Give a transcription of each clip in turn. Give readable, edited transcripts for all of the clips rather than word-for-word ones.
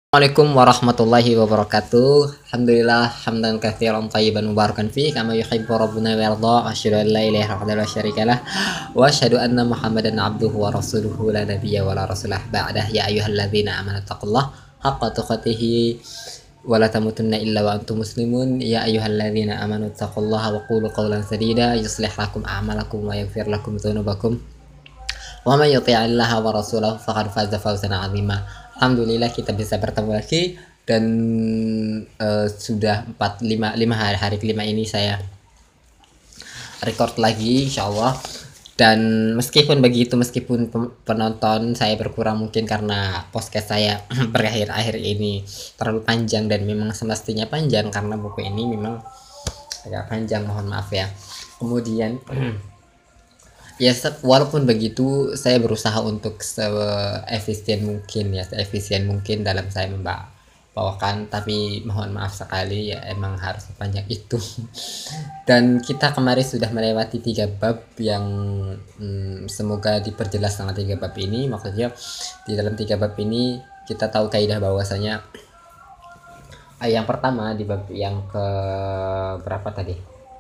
Assalamualaikum warahmatullahi wabarakatuh. Alhamdulillah hamdan katsiran thayyiban mubarakan fi kama yuhibbu rabbuna wa yarda. Asyhadu an la ilaha illallah wa syarikalah wa asyhadu anna Muhammadan abduhu wa rasuluhu la nabiyya wa la rasulah ba'dah. Ya ayyuhalladzina amanu taqullaha haqqa tuqatih wa la tamutunna illa wa antum muslimun. Ya ayyuhalladzina amanu taqullaha wa qulu qawlan sadida yuslih lakum a'malakum wa yaghfir lakum dzunubakum. Wa may yuti'illaha wa rasulahu faqad faza fawzan 'azima. Alhamdulillah kita bisa bertemu lagi dan sudah 5 hari kelima ini saya record lagi insyaallah. Dan meskipun begitu, meskipun penonton saya berkurang mungkin karena podcast saya berakhir-akhir ini terlalu panjang, dan memang semestinya panjang karena buku ini memang agak panjang, mohon maaf ya. Kemudian ya, walaupun begitu saya berusaha untuk seefisien mungkin dalam saya membawakan, tapi mohon maaf sekali ya, emang harus sepanjang itu. Dan kita kemarin sudah melewati 3 bab yang semoga diperjelas dengan 3 bab ini. Maksudnya di dalam 3 bab ini kita tahu kaidah bahwasanya yang pertama di bab yang ke berapa tadi,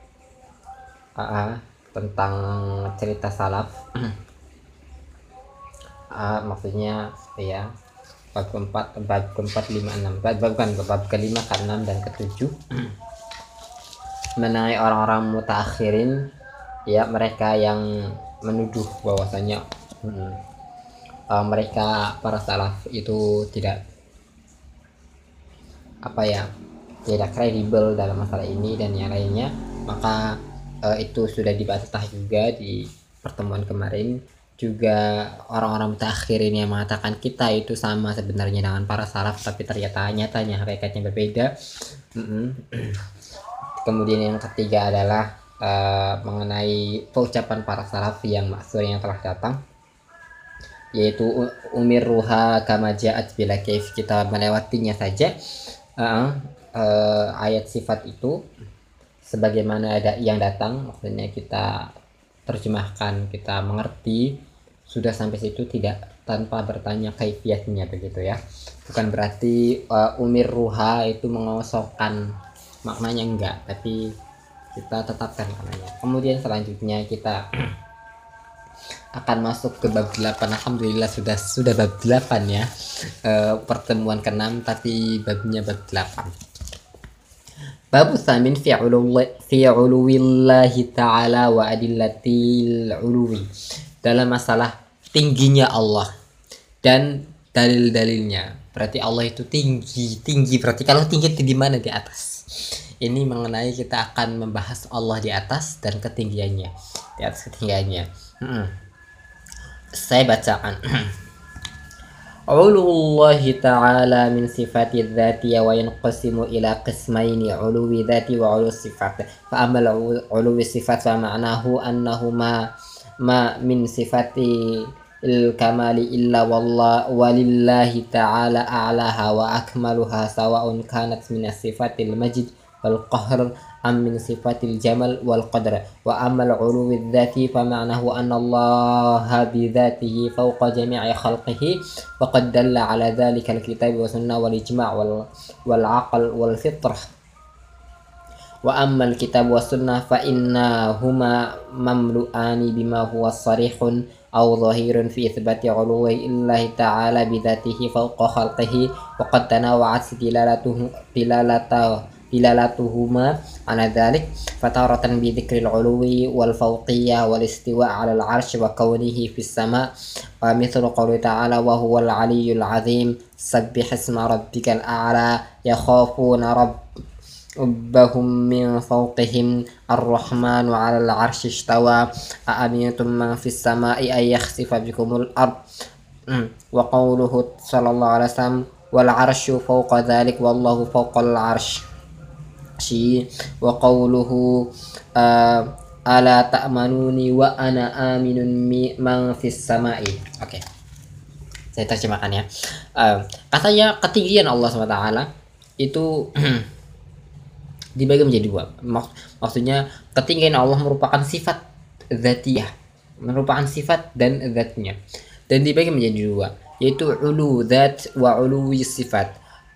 tentang cerita salaf, maksudnya ya bab keempat, 5, 6, bab kelima, ke-6 dan ke-7 mengenai orang-orang mutaakhirin, ya, mereka yang menuduh bahwasanya mereka para salaf itu tidak kredibel dalam masalah ini dan yang lainnya. Maka itu sudah dibantah juga di pertemuan kemarin. Juga orang-orang mutaakhirin yang mengatakan kita itu sama sebenarnya dengan para salaf, tapi ternyata nyatanya hakikatnya berbeda. Kemudian yang ketiga adalah mengenai ucapan para salaf yang maksud yang telah datang, yaitu umirruha kama ja'at bila kaif. Kita melewatinya saja ayat sifat itu sebagaimana ada yang datang, maksudnya kita terjemahkan, kita mengerti, sudah sampai situ, tidak tanpa bertanya kaifiatnya, begitu ya. Bukan berarti umir ruha itu mengosongkan maknanya, enggak, tapi kita tetapkan maknanya. Kemudian selanjutnya kita akan masuk ke bab 8. Alhamdulillah sudah bab 8 ya. Pertemuan ke-6 tapi babnya bab 8. Bab tsamin fi uluwillahi ta'ala wa adillatil uluwi. Dalam masalah tingginya Allah dan dalil-dalilnya. Berarti Allah itu tinggi. Berarti kalau tinggi itu di mana? Di atas. Ini mengenai kita akan membahas Allah di atas dan ketinggiannya. Di atas ketinggiannya. Saya bacakan. Uluwullahi ta'ala min sifati dzatiyya wa yanqasimu ila qismaini, uluwi dzati wa uluwi sifat. Fa amal uluwi sifat fa ma'nahu annahu ma min sifati il-kamali illa walillahi ta'ala a'laha wa akmaluha, sawa'un kanat min sifatil majid wal qahr am min sifatil jamal wal qadr. Wa amal uluwi dzati fa ma'nahu anna Allah bi dzatihi fawqa jami'i khalqihi wa qad dalla ala dzalika al-kitab wa sunnah wal ijma' wal aql wal fitrah. Wa amma al-kitab wa sunnah fa innahuma mamlu'ani bima huwa sarihun aw dhahirun fi itsbati uluwi illahi ta'ala bi dzatihi fawqa khalqihi, wa qad tanawa'at dilalatuhuma ala dhalik, fataratan bi dzikril uluwi wal fawqiyah wal istiwa' ala al arsh wa kaunihi fis sama', wa mithlu qouli ta'ala wa huwal aliyyul azim sabbih isma rabbikal a'la yakhafuna rabbahum min fawqihim ar-rahmanu 'alal 'arsy istawa a'amintum man fis sama'i ay yakhsifa bikumul ard. Wa qauluhu sallallahu alaihi wasallam wal 'arsyu fawqa dzalik wallahu fawqal 'arsy. Wa qauluhu ala ta'manuni wa ana aminun man fis sama'i. Oke. Saya terjemahkan ya. Katanya ketinggian Allah SWT itu dibagi menjadi 2. Maksudnya ketinggian Allah merupakan sifat dzatiyah, merupakan sifat dan zatnya, dan dibagi menjadi 2, yaitu ulu dzat wa ulu sifat.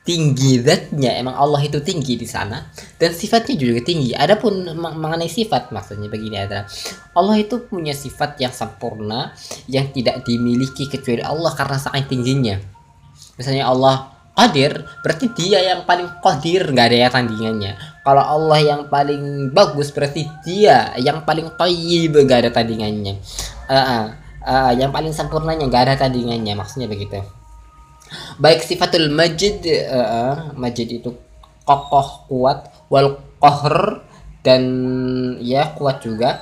tinggi zatnya, emang Allah itu tinggi di sana dan sifatnya juga tinggi. Adapun mengenai sifat, maksudnya begini adalah Allah itu punya sifat yang sempurna yang tidak dimiliki kecuali Allah karena saking tingginya. Misalnya Allah qadir, berarti dia yang paling qadir, nggak ada yang tandingannya. Kalau Allah yang paling bagus, berarti dia yang paling thayyib, nggak ada tandingannya. Yang paling sempurnanya nggak ada tandingannya, maksudnya begitu. Baik sifatul majid, majid itu kokoh kuat, wal qahr, dan ya kuat juga.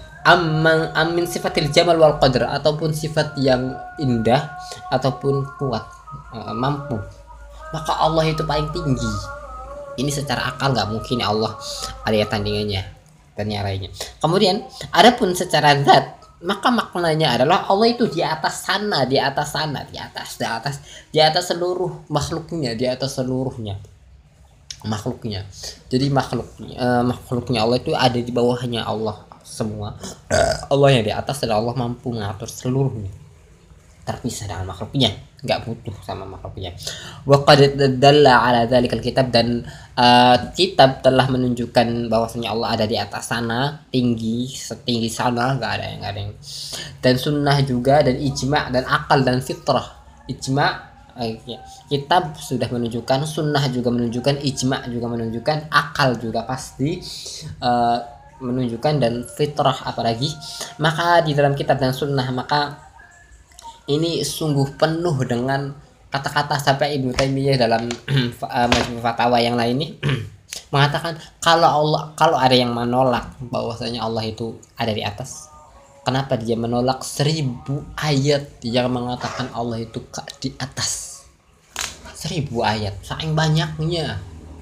Amin sifatil jamal wal qadr, ataupun sifat yang indah ataupun kuat, mampu, maka Allah itu paling tinggi. Ini secara akal nggak mungkin Allah ada yang tandingannya dan yang lainnya. Kemudian adapun secara zat, maka maknanya adalah Allah itu di atas sana, di atas sana, di atas seluruh makhluknya, di atas seluruhnya makhluknya. Jadi makhluknya Allah itu ada di bawahnya Allah semua. Allah yang di atas adalah Allah mampu mengatur seluruhnya, terpisah dengan makhluknya, nggak butuh sama makhluknya. Wa qad dalla ala dzalikal kitab, dan kitab telah menunjukkan bahwasanya Allah ada di atas sana, tinggi, setinggi sana, nggak ada yang. Dan sunnah juga, dan ijma, dan akal, dan fitrah. Ijma, kitab sudah menunjukkan, sunnah juga menunjukkan, ijma juga menunjukkan, akal juga pasti menunjukkan, dan fitrah apalagi. Maka di dalam kitab dan sunnah, maka ini sungguh penuh dengan kata-kata, sampai Ibnu Taimiyah dalam Majmu' Fatawa yang lain ini mengatakan kalau ada yang menolak bahwasanya Allah itu ada di atas, kenapa dia menolak 1000 ayat yang mengatakan Allah itu di atas? 1000 ayat, saking banyaknya.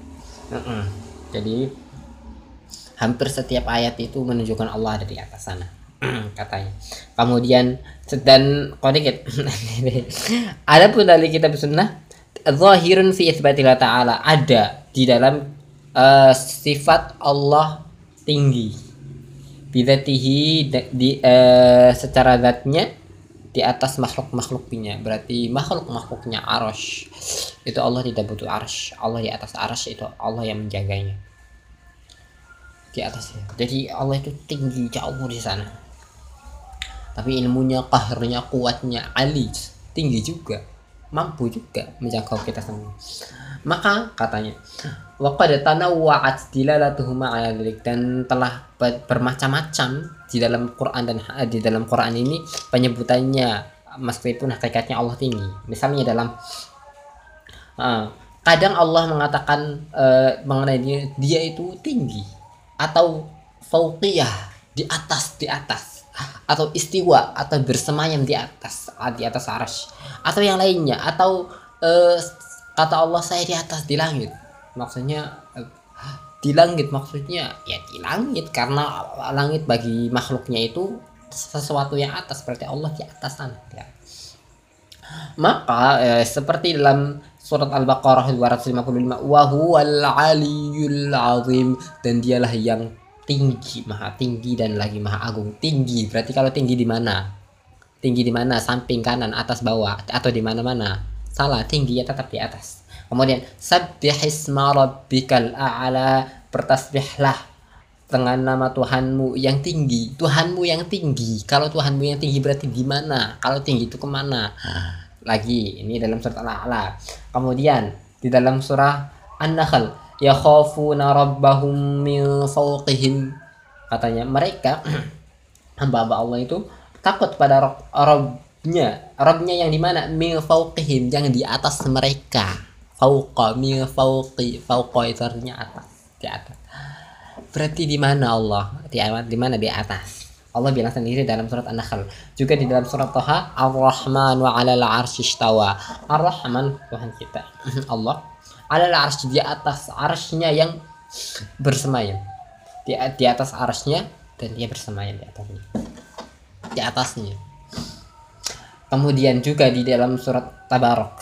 Jadi hampir setiap ayat itu menunjukkan Allah ada di atas sana, katanya. Kemudian dan kodikit adapun dari kitab sunnah, zahirun fi itsbatillah ta'ala, ada di dalam sifat Allah tinggi, bidzatihi, secara zatnya di atas makhluknya. Berarti makhluknya arasy itu Allah tidak butuh arasy, Allah di atas arasy, itu Allah yang menjaganya di atasnya. Jadi Allah itu tinggi jauh di sana, tapi ilmunya, qahrnya, kuatnya, ali, tinggi juga, mampu juga menjangkau kita semua. Maka katanya wa qad tanawwa'at dilalatuhuma 'ala dzalik, dan telah bermacam-macam di dalam Quran, dan di dalam Quran ini penyebutannya meskipun hakikatnya Allah tinggi. Misalnya dalam kadang Allah mengatakan mengenai dia itu tinggi, atau fauqiyah, di atas, atau istiwa, atau bersemayam di atas arasy, atau yang lainnya, atau kata Allah saya di atas di langit. Maksudnya di langit, maksudnya ya di langit, karena langit bagi makhluknya itu sesuatu yang atas, berarti Allah di atas sana ya. Maka seperti dalam surat Al-Baqarah 255, wa huwal aliyyul azim, dan dialah yang tinggi, maha tinggi, dan lagi maha agung. Tinggi berarti kalau tinggi di mana? Tinggi di mana? Samping, kanan, atas, bawah, atau di mana-mana? Salah, tinggi ya tetap di atas. Kemudian sabbihisma rabbikal a'la, bertasbihlah dengan nama Tuhanmu yang tinggi. Tuhanmu yang tinggi. Kalau Tuhanmu yang tinggi berarti di mana? Kalau tinggi itu kemana? Lagi ini dalam surat Al-A'la. Kemudian di dalam surah An-Nahl, yakhafuna rabbahum min fawqihim, katanya mereka hamba-hamba Allah itu takut pada Rabbnya yang di mana? Min fawqihim, yang di atas mereka. Fauqa, min fauqi, fauqa itu artinya atas, di atas. Berarti di mana Allah? Di mana? Di atas. Allah bilang sendiri dalam surat An-Nahl, juga di dalam surat Thaha, Ar-Rahman wa 'alal 'arsy istawa. Ar-Rahman, Tuhan kita Allah, 'alal 'arsy, di atas arsy-Nya yang bersemayam. Di atas arsy-Nya, dan dia bersemayam di atasnya. Kemudian juga di dalam surat Tabarak.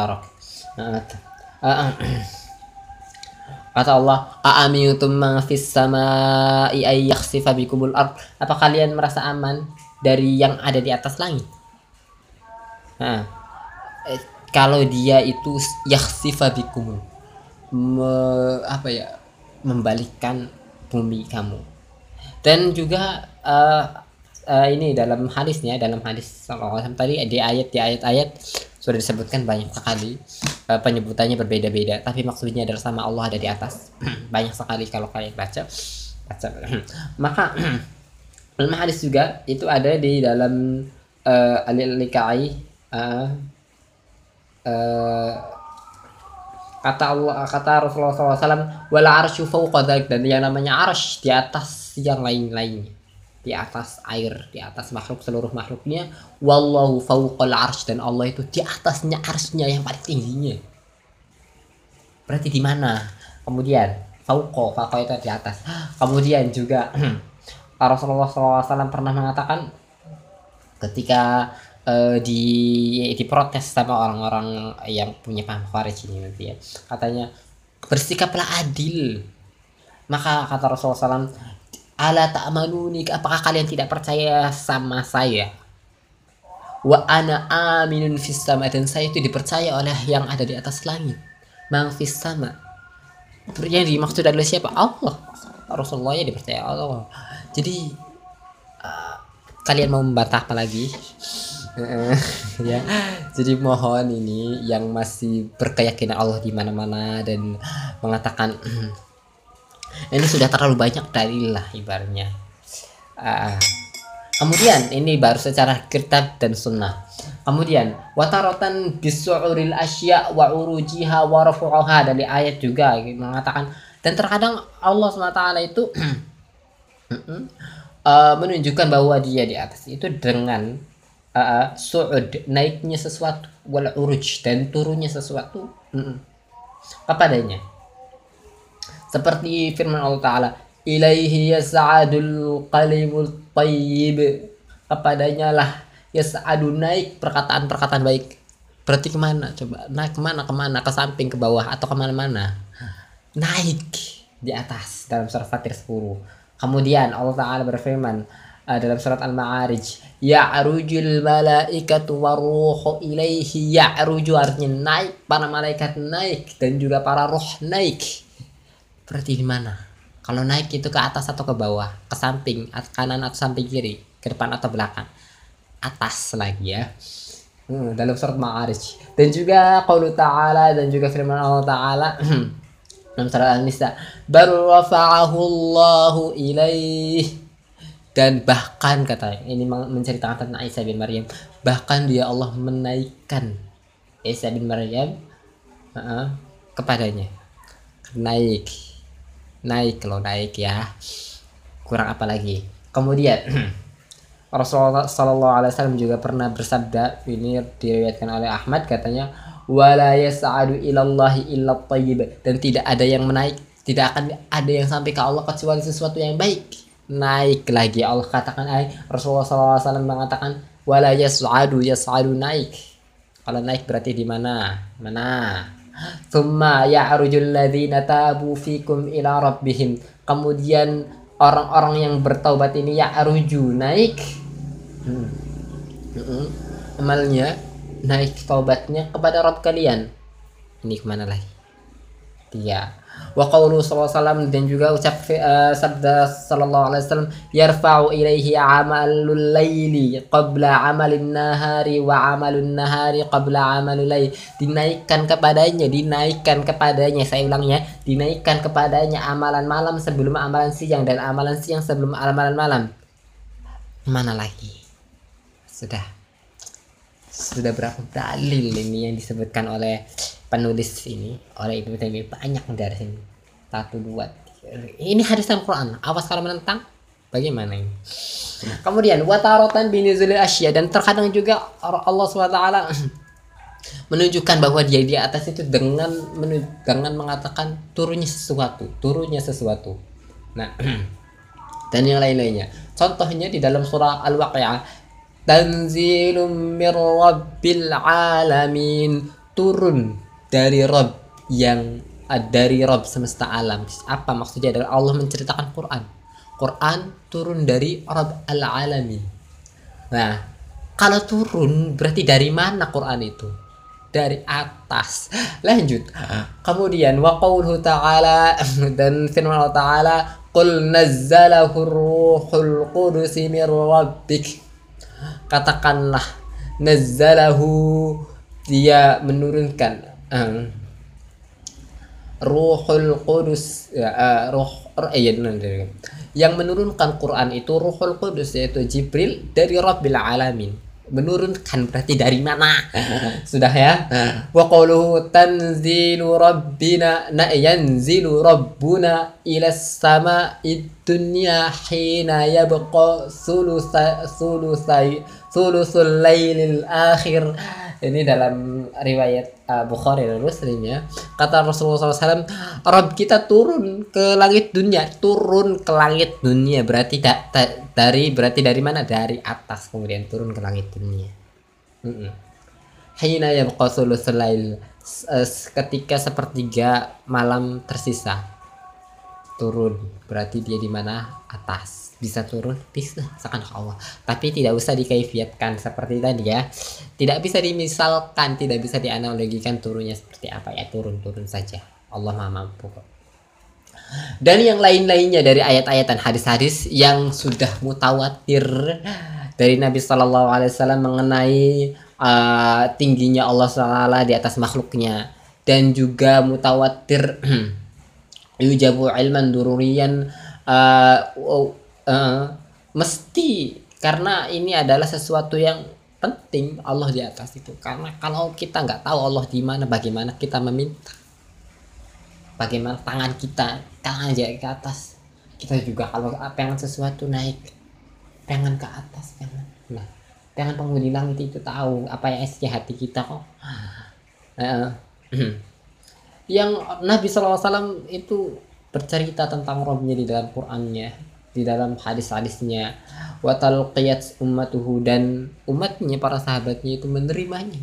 Kata Allah, a'amintum man fis samai ay yakhsifa bikumul ard, apa kalian merasa aman dari yang ada di atas langit? kalau dia itu yakhsifa bikum, apa ya, membalikkan bumi kamu. Dan juga ini dalam hadisnya, dalam hadis sallallahu alaihi wasallam tadi di ayat-ayat sudah disebutkan banyak sekali, penyebutannya berbeda-beda, tapi maksudnya adalah sama, Allah ada di atas. Banyak sekali kalau kalian baca. Maka dalam hadis juga itu ada di dalam Al-Likai, kata Rasulullah SAW, wal arsyu fawqa dzalik, dan yang namanya arsy di atas yang lain-lainnya, di atas air, di atas makhluk, seluruh makhluknya. Wallahu fawqal arsy, dan Allah itu di atasnya arsy-nya yang paling tingginya. Berarti di mana? Kemudian fawqa itu di atas. Kemudian juga Rasulullah SAW pernah mengatakan ketika diprotes sama orang-orang yang punya paham Khawarij ini nanti ya, katanya bersikaplah adil. Maka kata Rasulullah SAW, ala ta'manuni, apakah kalian tidak percaya sama saya? Wa ana aminun fis sama, dan saya itu dipercaya oleh yang ada di atas langit. Mang fis sama, yang dimaksud adalah siapa? Allah. Rasulullah ya dipercaya Allah. Jadi kalian mau membantah apa lagi? Ya, jadi mohon ini yang masih berkeyakinan Allah di mana-mana dan mengatakan ini sudah terlalu banyak dalil lah ibaratnya. Kemudian ini baru secara kitab dan sunnah. Kemudian wataratan bisu'uril asya wa urujiha wa rafu'uha, dari ayat juga mengatakan, dan terkadang Allah SWT itu menunjukkan bahwa dia di atas itu dengan su'ud, naiknya sesuatu, wal uruj, dan turunnya sesuatu kepadanya. Seperti firman Allah Ta'ala, ilaihi yas'adul qalimul tayyib, kepadanya lah yas'adu, naik perkataan-perkataan baik. Berarti kemana coba? Naik kemana? Ke samping, ke bawah, atau kemana-mana? Naik di atas dalam surat Fatir 10. Kemudian Allah Ta'ala berfirman dalam surat Al-Ma'arij, ya'rujul malaikatu waruhu ilaihi. Ya'ruju artinya naik, para malaikat naik, dan juga para roh naik. Berarti di mana? Kalau naik itu ke atas atau ke bawah, ke samping, kanan atau samping kiri, ke depan atau belakang? Atas lagi ya. Dalam surat Ma'arij. Dan juga qaulu Ta'ala, dan juga firman Allah Ta'ala dalam surat An-Nisa, bal rafa'ahu Allahu ilaih, dan bahkan kata ini menceritakan tentang Isa bin Maryam, bahkan dia Allah menaikkan Isa bin Maryam kepadanya. Naik kalau naik ya, kurang apa lagi. Kemudian Rasulullah SAW juga pernah bersabda, ini diriwayatkan oleh Ahmad, katanya wala yas'adu ilallahi illa tayyib, dan tidak ada yang menaik, tidak akan ada yang sampai ke Allah kecuali sesuatu yang baik. Naik lagi Allah katakan, Rasulullah SAW mengatakan wala yas'adu naik. Kalau naik berarti di mana? Tsumma ya'rujul ladzina tabu fikum ila rabbihim, kemudian orang-orang yang bertaubat ini ya'ruju, naik amalnya, naik taubatnya kepada Rabb kalian. Ini kemana lagi? Dia wa qaulu sallallahu alaihi wasallam, dan juga ucap sabda sallallahu alaihi wasallam, yarfa'u ilaihi amalul laili qabla amalin nahari wa amalun nahari qabla amalul lail, dinaikkan kepadanya, saya ulangnya, dinaikkan kepadanya amalan malam sebelum amalan siang, dan amalan siang sebelum amalan malam. Mana lagi? Sudah berapa dalil ini yang disebutkan oleh penulis ini, oleh Ibnu Taimiyah? Banyak dari sini, 1, 2, 3. Ini hadis Al-Quran, awas kalau menentang, bagaimana ini? Kemudian watarotan binuzulil asya, dan terkadang juga Allah SWT menunjukkan bahwa dia di atas itu dengan mengatakan turunnya sesuatu. Nah, dan yang lain-lainnya. Contohnya di dalam surah Al-Waqi'ah, tanzilum mir rabbil alamin, turun dari Rabb dari Rabb semesta alam. Apa maksudnya? Adalah Allah menceritakan Quran turun dari Rabb al-alamin. Nah, kalau turun berarti dari mana Quran itu? dari atas. Lanjut. Kemudian wa qauluhu ta'ala dan firman Allah Ta'ala qul nazzalahu ruhul qudus min rabbik. Katakanlah nazzalahu dia menurunkan ruhul qudus yang menurunkan Quran itu ruhul qudus yaitu Jibril dari Rabbil Alamin. Menurunkan berarti dari mana? Sudah ya. Wa qawluhu tanzilu rabbina yanzilu rabbuna ila sama'id dunya hina yabqa sulusul lailil akhir. Ini dalam riwayat Bukhari dan Muslim ya. Kata Rasulullah SAW, Rabb kita turun ke langit dunia, turun ke langit dunia berarti dari mana? Dari atas kemudian turun ke langit dunia. Hina yabqa sulusul lail, ketika sepertiga malam tersisa. Turun berarti dia di mana? Atas. Bisa turun, bisa seakan Allah, tapi tidak usah dikaifiatkan seperti tadi ya, tidak bisa dimisalkan, tidak bisa dianalogikan turunnya seperti apa ya, turun saja, Allah Maha mampu. Dan yang lain-lainnya dari ayat-ayat dan hadis-hadis yang sudah mutawatir dari Nabi Shallallahu Alaihi Wasallam mengenai tingginya Allah SWT di atas makhluknya, dan juga mutawatir yujabu ilman dururian mesti, karena ini adalah sesuatu yang penting, Allah di atas itu. Karena kalau kita nggak tahu Allah di mana, bagaimana kita meminta? Bagaimana tangan kita aja ke atas? Kita juga kalau pengen sesuatu naik, pengen ke atas, pengen penghuni langit itu tahu apa yang isi hati kita kok. Yang Nabi SAW itu bercerita tentang Rabbnya di dalam Qur'annya, di dalam hadis-hadisnya, wa talqiyat ummatuhu, dan umatnya, para sahabatnya itu menerimanya.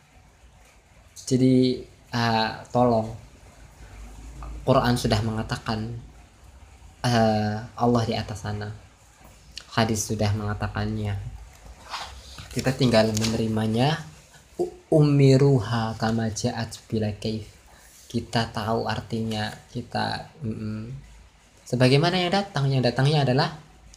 Jadi tolong, Quran sudah mengatakan Allah di atas sana, hadis sudah mengatakannya, kita tinggal menerimanya. Umiruha kama ja'at bila kaif, kita tahu artinya, kita sebagaimana yang datangnya adalah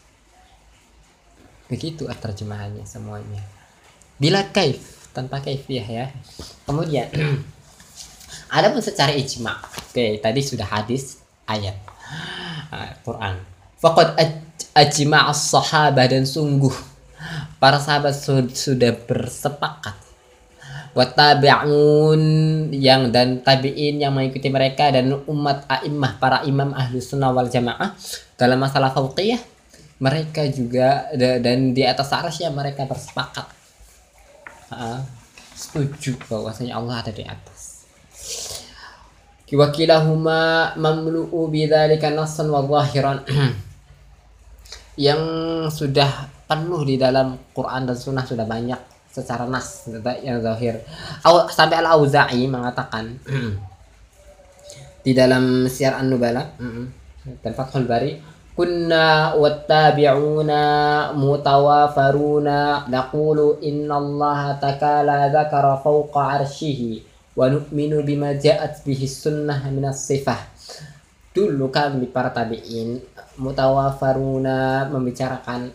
begitu terjemahannya semuanya. Bila kaif, tanpa kaifiyah ya. Kemudian ada pun secara ijma. Oke, tadi sudah hadis, ayat, Quran. Faqad ajma'as sahabah, dan sungguh para sahabat sudah bersepakat, wattabi'un yang dan tabi'in yang mengikuti mereka, dan umat a'immah, para imam ahlus sunnah wal jamaah dalam masalah fauqiyah, mereka juga, dan di atas arasy mereka bersepakat, setuju bahwasanya Allah ada di atas. Wakilahuma mamlu'u bidzalika nassan wa zahiran yang sudah penuh di dalam Quran dan sunnah, sudah banyak secara nas yang zahir. Sampai Al-Auza'i mengatakan di dalam Syiar An-Nubala dan Fathul Bari, kunna wattabi'una mutawafaruna naqulu innallaha takala dzakara fawqa 'arsyihi wa nu'minu bima ja'at bihi sunnah minas sifah. Dulu kami para tabi'in mutawafaruna membicarakan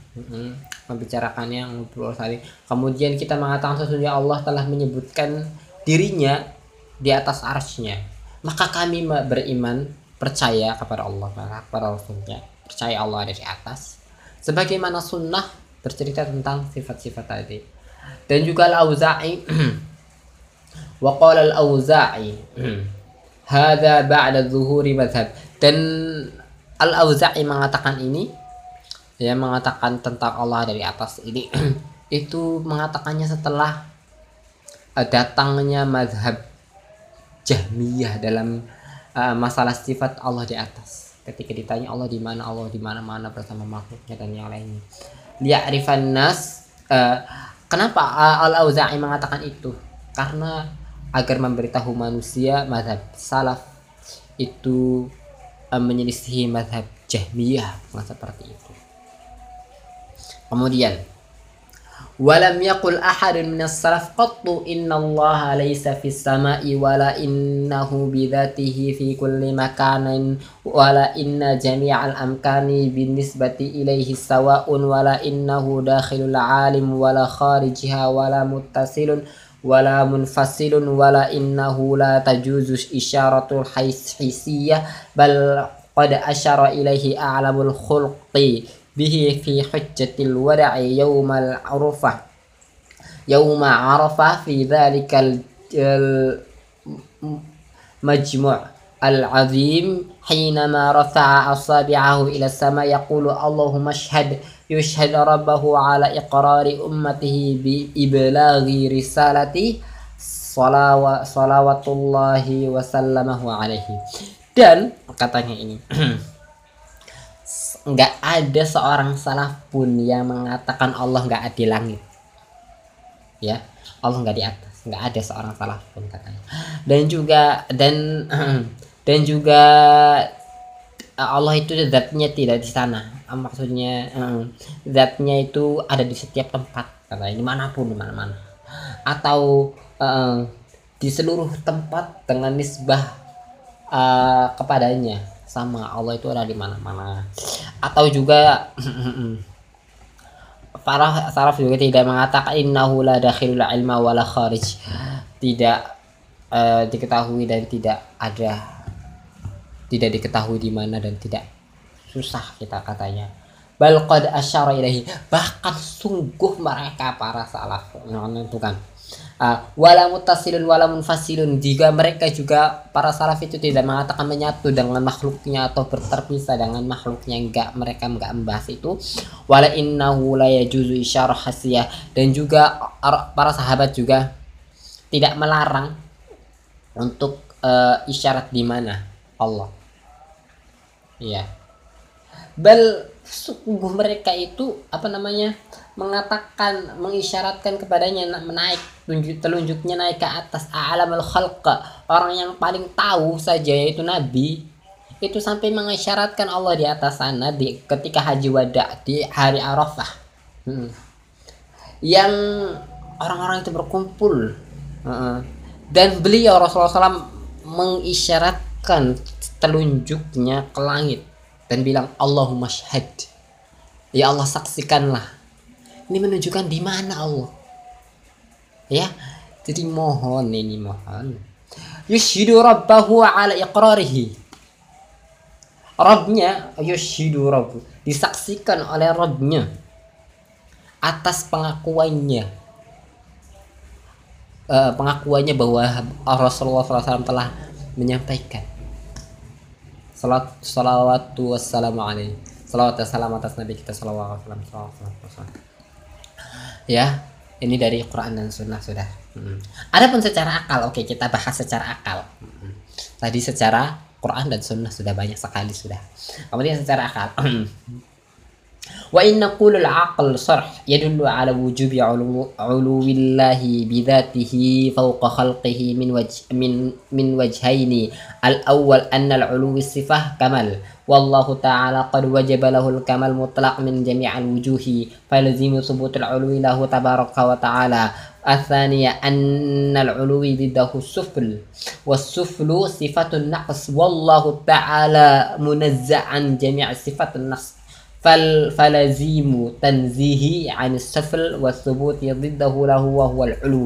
yang sekali. Kemudian kita mengatakan sesungguhnya Allah telah menyebutkan dirinya di atas arsy-Nya. Maka kami beriman, percaya kepada Allah, kepada Rasulnya, percaya Allah ada di atas. Sebagaimana sunnah bercerita tentang sifat-sifat tadi. Dan juga Al-Auza'i wa qala Al-Auza'i hadza ba'da zuhuri madhhab. Dan Al-Auza'i mengatakan ini, dia mengatakan tentang Allah dari atas ini itu mengatakannya setelah datangnya mazhab Jahmiyah dalam masalah sifat Allah di atas. Ketika ditanya Allah di mana, Allah di mana-mana bersama makhluknya dan yang lainnya. Liya'rifan nas, kenapa Al-Auza'i mengatakan itu? Karena agar memberitahu manusia mazhab salaf itu menyelisihi mazhab Jahmiyah seperti itu. Kemudian Walam yaqul ahadun minas salaf qattu innallaha laysa fis sama'i wala innahu bidzatihi fi kulli makanin wala inna jami'al amkani binisbati ilaihi sawa'un wala innahu dakhilul alim wala kharijiha wala muttasilun wala munfasilun wala innahu la tajuzu isyaratul haysiyah bal qad asyara ilaihi a'lamul khulqi bihi fi hujjatil wada'i yawma arafah fi dhalikal majmu' al-azim hinama rafa'a asabi'ahu ila sama yaqulu Allahumma ashhad yushhad rabbahu ala iqrari ummatihi bi iblaghi risalati salawatullahi wa sallamahu alaihi. Dan katanya ini nggak ada seorang salaf pun yang mengatakan Allah nggak ada di langit, ya, Allah nggak di atas, nggak ada seorang salaf pun katanya. Dan juga Allah itu zatnya tidak di sana, maksudnya zatnya itu ada di setiap tempat katanya, dimanapun, dimana-mana, atau di seluruh tempat dengan nisbah kepadanya, sama Allah itu ada di mana-mana. Atau juga para salaf juga tidak mengatakan innahu la dakhilul ilma wala kharij, tidak diketahui dan tidak diketahui di mana dan tidak susah kita katanya. Bal qad asyara ilaihi, bahkan sungguh mereka para salaf menentukan wala muttasilun wala munfasilun, jika mereka juga para salaf itu tidak mengatakan menyatu dengan makhluknya atau terpisah dengan makhluknya, mereka enggak membahas itu. Wala innahu la yajuzu isyarah hasiyah, dan juga para sahabat juga tidak melarang untuk isyarat di mana Allah, iya. Bal sungguh mereka itu mengatakan, mengisyaratkan kepadanya menaik, telunjuknya naik ke atas, a'lamul khalq, orang yang paling tahu saja yaitu Nabi itu sampai mengisyaratkan Allah di atas sana ketika haji wada di hari Arafah, yang orang-orang itu berkumpul, dan beliau Rasulullah SAW mengisyaratkan telunjuknya ke langit dan bilang Allahumma syahid, ya Allah saksikanlah. Ini menunjukkan di mana Allah, ya. Jadi mohon yushhidu rabbahu ala iqrarihi, Rabbnya yushhidu rabbu, disaksikan oleh Rabbnya atas pengakuannya bahwa Rasulullah SAW telah menyampaikan salawatu wassalamu alaihi, salawat dan salam atas Nabi kita sallallahu alaihi wasallam. Ya, ini dari Quran dan Sunnah sudah. Adapun secara akal, oke, kita bahas secara akal. Tadi secara Quran dan Sunnah sudah banyak sekali sudah. Kemudian secara akal. Wa inna qulul aql sarh yadullu ala wujubi uluwillahi bidzatihi fawqa khalqihi min wajhaini. Al-awwal anna al-uluwi sifah kamal, wallahu ta'ala qad wajaba lahul kamal mutlaq min jami'al wujuhi falzimu thubutul uluwi lahu tabaraka wa ta'ala. الثانية أن العلو ضده السفل والسفل صفة النقص والله تعالى منزه عن جميع صفات النقص فلزيم تنزيه عن السفل والثبوت ضده له وهو العلو.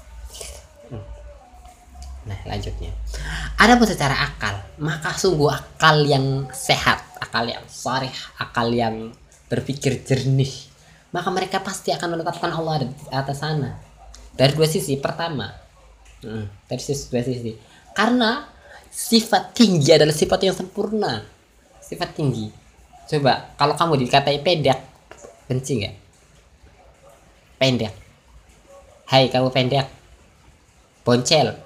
Nah, lanjutnya. Adapun secara akal, maka sungguh akal yang sehat, akal yang sharih, akal yang berpikir jernih, maka mereka pasti akan menetapkan Allah di atas sana. Dari dua sisi. Pertama, dari dua sisi. Karena sifat tinggi adalah sifat yang sempurna. Sifat tinggi. Coba, kalau kamu dikatai pendek, benci nggak? Pendek. Hai, kamu pendek. Boncel.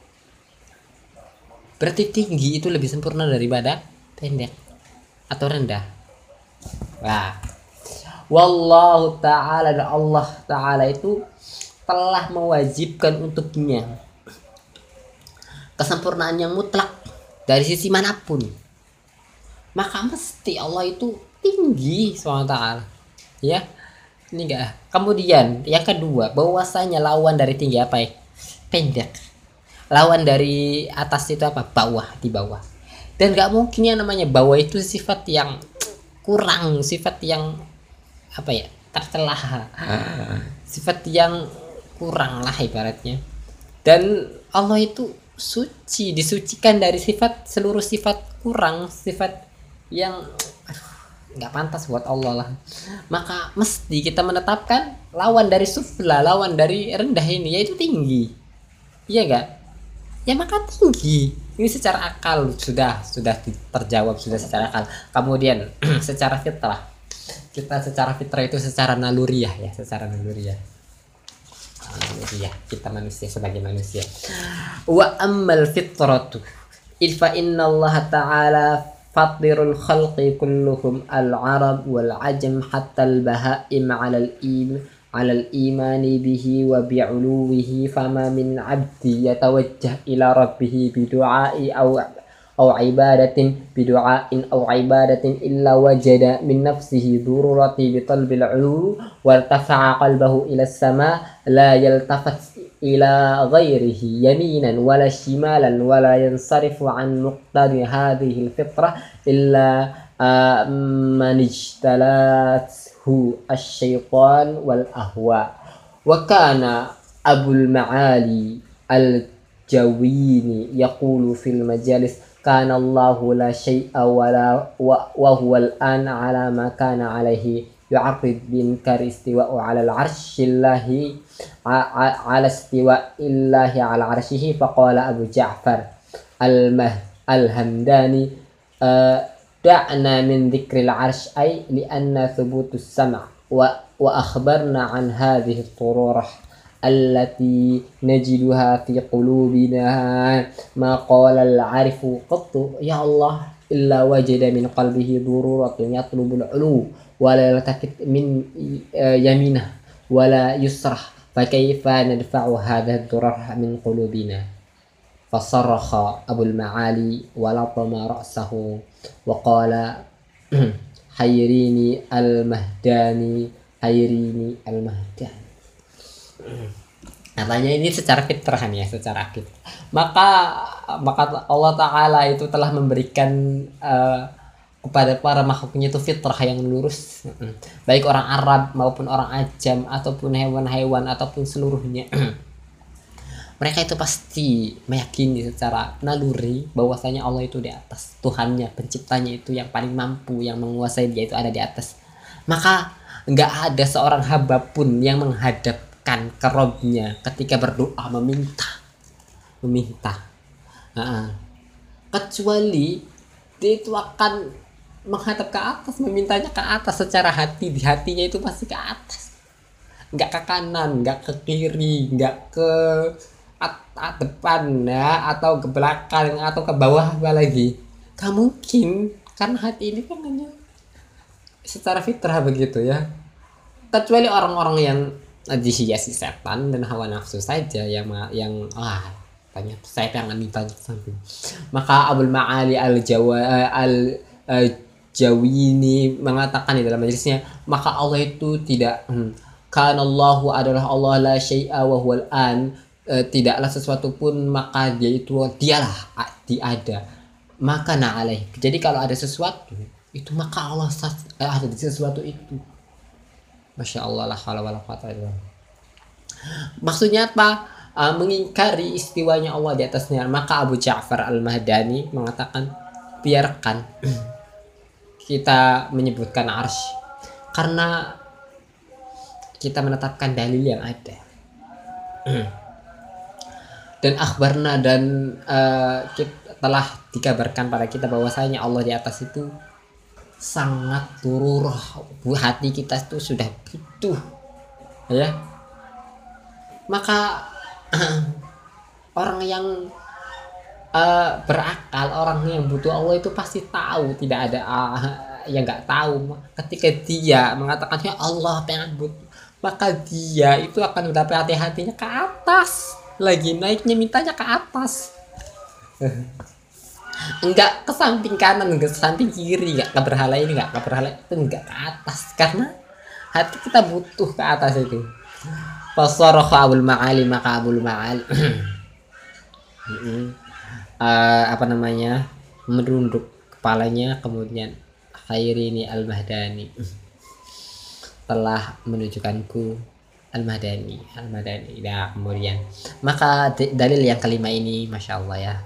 Berarti tinggi itu lebih sempurna daripada pendek atau rendah. Wah. Wallahu ta'ala, dan Allah ta'ala itu telah mewajibkan untuknya kesempurnaan yang mutlak dari sisi manapun. Maka mesti Allah itu tinggi SWT, ya. Ini enggak. Kemudian yang kedua, bahwasanya lawan dari tinggi apa ya? Pendek. Lawan dari atas itu apa? Bawah, di bawah. Dan nggak mungkin yang namanya bawah itu sifat yang kurang, sifat yang apa ya, tercelah, sifat yang kurang lah ibaratnya. Dan Allah itu suci, disucikan dari sifat, seluruh sifat kurang, sifat yang nggak pantas buat Allah lah. Maka mesti kita menetapkan lawan dari sufla, lawan dari rendah ini yaitu tinggi, iya enggak? Ya maka tinggi ini secara akal sudah terjawab, sudah secara akal. Kemudian secara fitrah, kita secara fitrah itu secara naluriah ya, secara naluriah kita manusia sebagai manusia. Wa ammal fitratu fa inna Allah ta'ala fatirul khalqi kulluhum al-arab wal ajam hatta al-bahaim 'ala al-iman bihi wa bi'uluwihi fama min 'abdi yatawajjah ila rabbih bidu'ai أو عبادة بدعاء أو عبادة إلا وجد من نفسه ضرورة بطلب العلو وارتفع قلبه إلى السماء لا يلتفت إلى غيره يمينا ولا شمالا ولا ينصرف عن مقتضى هذه الفطرة إلا من اجتلته الشيطان والأهواء. وكان أبو المعالي الجويني يقول في المجالس كان الله لا شيء وهو الآن على ما كان عليه يعرض بإنكار استواء على العرش الله على استواء الله على عرشه. فقال أبو جعفر الهمداني دعنا من ذكر العرش أي لأن ثبوت السمع وأخبرنا عن هذه الطرورة التي نجدها في قلوبنا ما قال العارف قط يا الله إلا وجد من قلبه ضرورة يطلب العلو ولا يلتفت من يمينه ولا يسره فكيف ندفع هذا الضرر من قلوبنا. فصرخ أبو المعالي ولطم رأسه وقال حيريني المهداني حيريني المهداني. Katanya ini secara fitrah ya, secara akid. Maka Allah Ta'ala itu telah memberikan kepada para makhluknya itu fitrah yang lurus, baik orang Arab maupun orang Ajam ataupun hewan-hewan ataupun seluruhnya. Mereka itu pasti meyakini secara naluri bahwasanya Allah itu di atas, Tuhannya, penciptanya itu yang paling mampu, yang menguasai, dia itu ada di atas. Maka nggak ada seorang hamba pun yang menghadapkan ke Robnya ketika berdoa meminta, kecuali dia itu akan menghadap ke atas, memintanya ke atas secara hati, di hatinya itu pasti ke atas, nggak ke kanan, nggak ke kiri, nggak ke depan ya, atau ke belakang atau ke bawah apa lagi, gak mungkin, karena hati ini kan hanya secara fitrah begitu ya. Kecuali orang-orang yang dihiasi setan dan hawa nafsu saja yang tanya saya pengen minta samping. Maka Abul Ma'ali al-Jawini mengatakan di dalam majelisnya, maka Allah itu tidak kanallahu adalah Allah la syai'a wa huwal an, tidaklah sesuatu pun maka dialah ada, maka na'alaih. Jadi kalau ada sesuatu itu maka Allah ada di sesuatu itu. Masya Allah la hawla wala quwwata illa billah. Maksudnya apa? Mengingkari istiwanya Allah di atasnya. Maka Abu Ja'far al-Mahdani mengatakan, biarkan kita menyebutkan arsy karena kita menetapkan dalil yang ada. Dan akhbarna, dan telah dikabarkan pada kita bahwasanya Allah di atas itu sangat tururah, hati kita itu sudah butuh ya. Maka orang yang berakal, orang yang butuh Allah itu pasti tahu, tidak ada yang nggak tahu. Ketika dia mengatakan ya Allah pengen butuh, maka dia itu akan mendapat hati-hatinya ke atas, lagi naiknya mintanya ke atas. Enggak ke samping kanan, enggak ke samping kiri, enggak ke berhala ini, enggak ke berhala itu, enggak ke atas, karena hati kita butuh ke atas itu. Fasaraka Abul Ma'ali, maka Abul Ma'al apa namanya, merunduk kepalanya, kemudian khairini al-Mahdani, telah menunjukkanku al-Mahdani. Nah, kemudian maka dalil yang kelima ini masya Allah ya,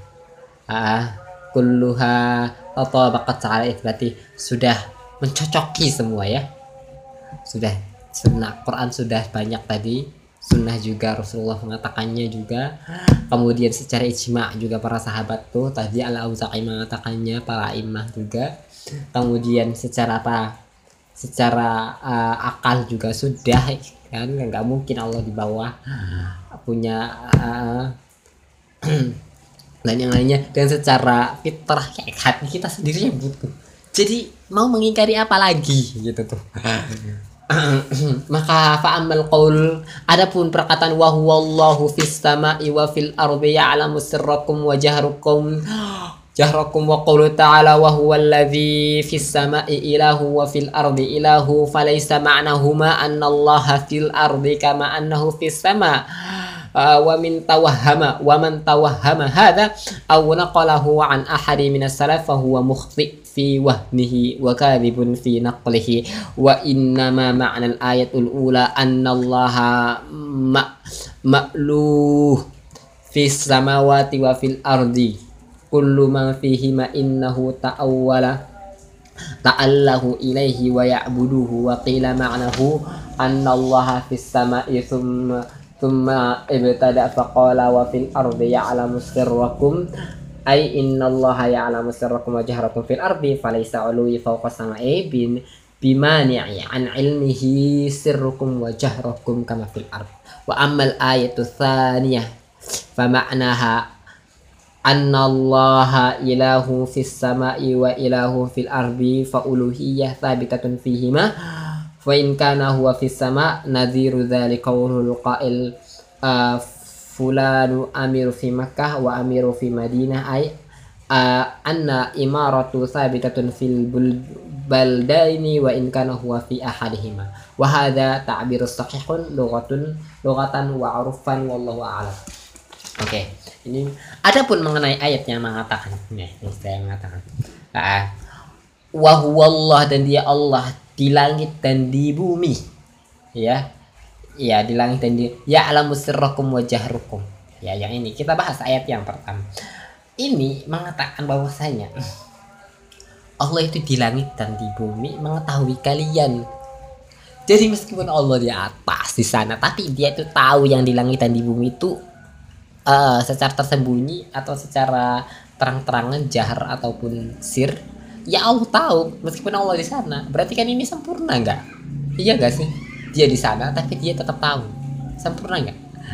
kulluha tatabaqat ala berarti sudah mencocoki semua ya, sudah sunnah Quran sudah banyak tadi, sunnah juga Rasulullah mengatakannya juga, kemudian secara ijma juga para sahabat tuh tadi Al-Auza'i mengatakannya, para imam juga, kemudian secara apa, secara akal juga sudah kan, nggak mungkin Allah di bawah punya dan yang lainnya, dan secara fitrah kayak hati kita sendiri yang butuh, jadi mau mengingkari apa lagi gitu tuh. Maka fa'amal qaul, adapun perkataan wa huwallahu fis sama'i wa fil ardi ya'lamu sirrakum wa jahrakum wa qawlu ta'ala wa huwallazi fis sama'i ilahu wa fil ardi ilahu falaysa ma'nahuma anna allaha fil ardi kama annahu fis sama'. Wa man tawahhama hadha aw naqalahu an ahadi minas salaf fa huwa mukhti fi wahmihi wa kadhibun fi naqlihi wa innama ma'na al-ayatul ula anna allaha ma'luh fis samawati wa fil ardi kullu ma fihi ma innahu ta'allahu ilaihi wa ya'buduhu, wa qila ma'nahu anna allaha fis sama'i thumma ibtada faqala wa fil ardi ya'lamu sirrakum ay innallaha ya'lamu sirrakum wa jahrakum fil ardi falaysa 'uluwi fawqa sama'i bimani'i an ilmihi sirrukum wa jahrakum kama fil ardi. Wa ammal ayatu tsaniyah fa ma'naha annallaha ilahu fis sama'i wa ilahu fil ardi fa uluhiyyah thabitatun fihima fa in kana huwa fis sama' nadhiru dzalika qaulul qa'il fulanu amiru fi Makkah wa amiru fi Madinah ay anna imaratu thabitatun fil baldaini wa in kana huwa fi ahadihima wa hadha ta'birus sahihun lughatan wa 'urfan wallahu a'lam. Oke, ini adapun mengenai ayat yang mengatakan saya mengatakan wa huwallah, dan dia Allah di langit dan di bumi ya, di langit dan di ya'lamu sirrakum wa jahrukum ya. Yang ini kita bahas ayat yang pertama, ini mengatakan bahwasanya Allah itu di langit dan di bumi mengetahui kalian. Jadi meskipun Allah di atas di sana, tapi dia itu tahu yang di langit dan di bumi itu secara tersembunyi atau secara terang-terangan, jahar ataupun sir. Ya Allah tahu, meskipun Allah di sana, berarti kan ini sempurna nggak? Iya nggak sih? Dia di sana, tapi dia tetap tahu. Sempurna nggak?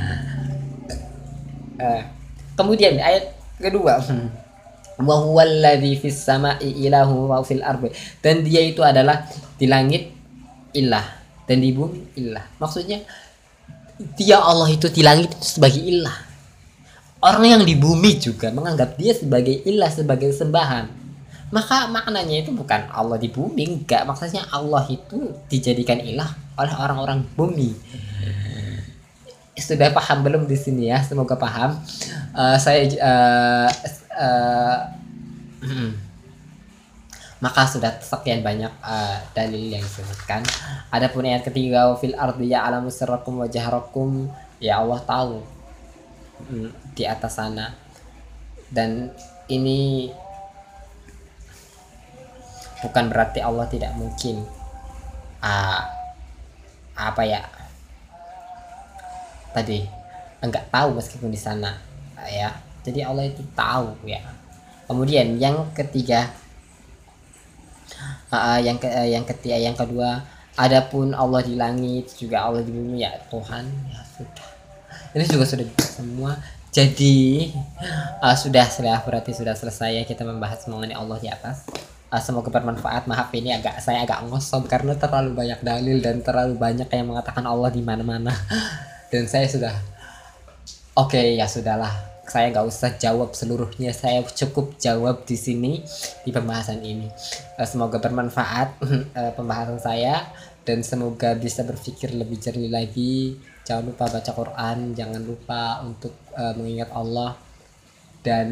Kemudian ayat kedua, wa huwallazi fis sama'i ilahu wa fil ardi, dan dia itu adalah di langit ilah dan di bumi ilah. Maksudnya dia Allah itu di langit itu sebagai ilah. Orang yang di bumi juga menganggap dia sebagai ilah, sebagai sembahan. Maka maknanya itu bukan Allah di bumi, enggak, maksudnya Allah itu dijadikan ilah oleh orang-orang bumi. Sudah paham belum di sini ya? Semoga paham. Maka sudah sekian banyak dalil yang disebutkan. Adapun ayat ketiga, fil ardi ya'lamu sirrakum wa jahrakum, ya Allah tahu di atas sana, dan ini bukan berarti Allah tidak mungkin tadi enggak tahu meskipun di sana ya. Jadi Allah itu tahu ya. Kemudian yang ketiga, yang kedua, adapun Allah di langit juga Allah di bumi, ya Tuhan, ya sudah. Ini juga sudah semua. Jadi berarti sudah selesai ya kita membahas mengenai Allah di atas. Semoga bermanfaat. Maaf ini saya agak ngosong karena terlalu banyak dalil dan terlalu banyak yang mengatakan Allah di mana-mana. Dan saya sudah ya sudahlah, saya nggak usah jawab seluruhnya, saya cukup jawab di sini di pembahasan ini. Semoga bermanfaat pembahasan saya, dan semoga bisa berpikir lebih jernih lagi. Jangan lupa baca Quran, jangan lupa untuk mengingat Allah, dan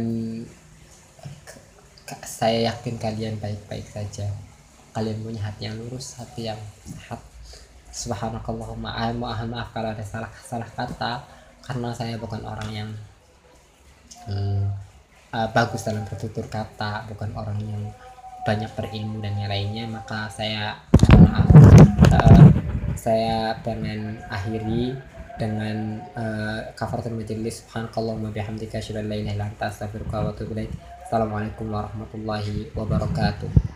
saya yakin kalian baik-baik saja. Kalian punya hati yang lurus, hati yang sehat. Subhanakallahumma, mohon maaf kalau ada salah kata, karena saya bukan orang yang bagus dalam bertutur kata, bukan orang yang banyak berilmu dan yang lainnya, maka saya maaf. Saya pengen akhiri dengan kafaratul majelis. Subhanakallahumma bihamdika asyhadu an la ilaha illa anta astaghfiruka wa atubu ilaik. Assalamualaikum warahmatullahi wabarakatuh.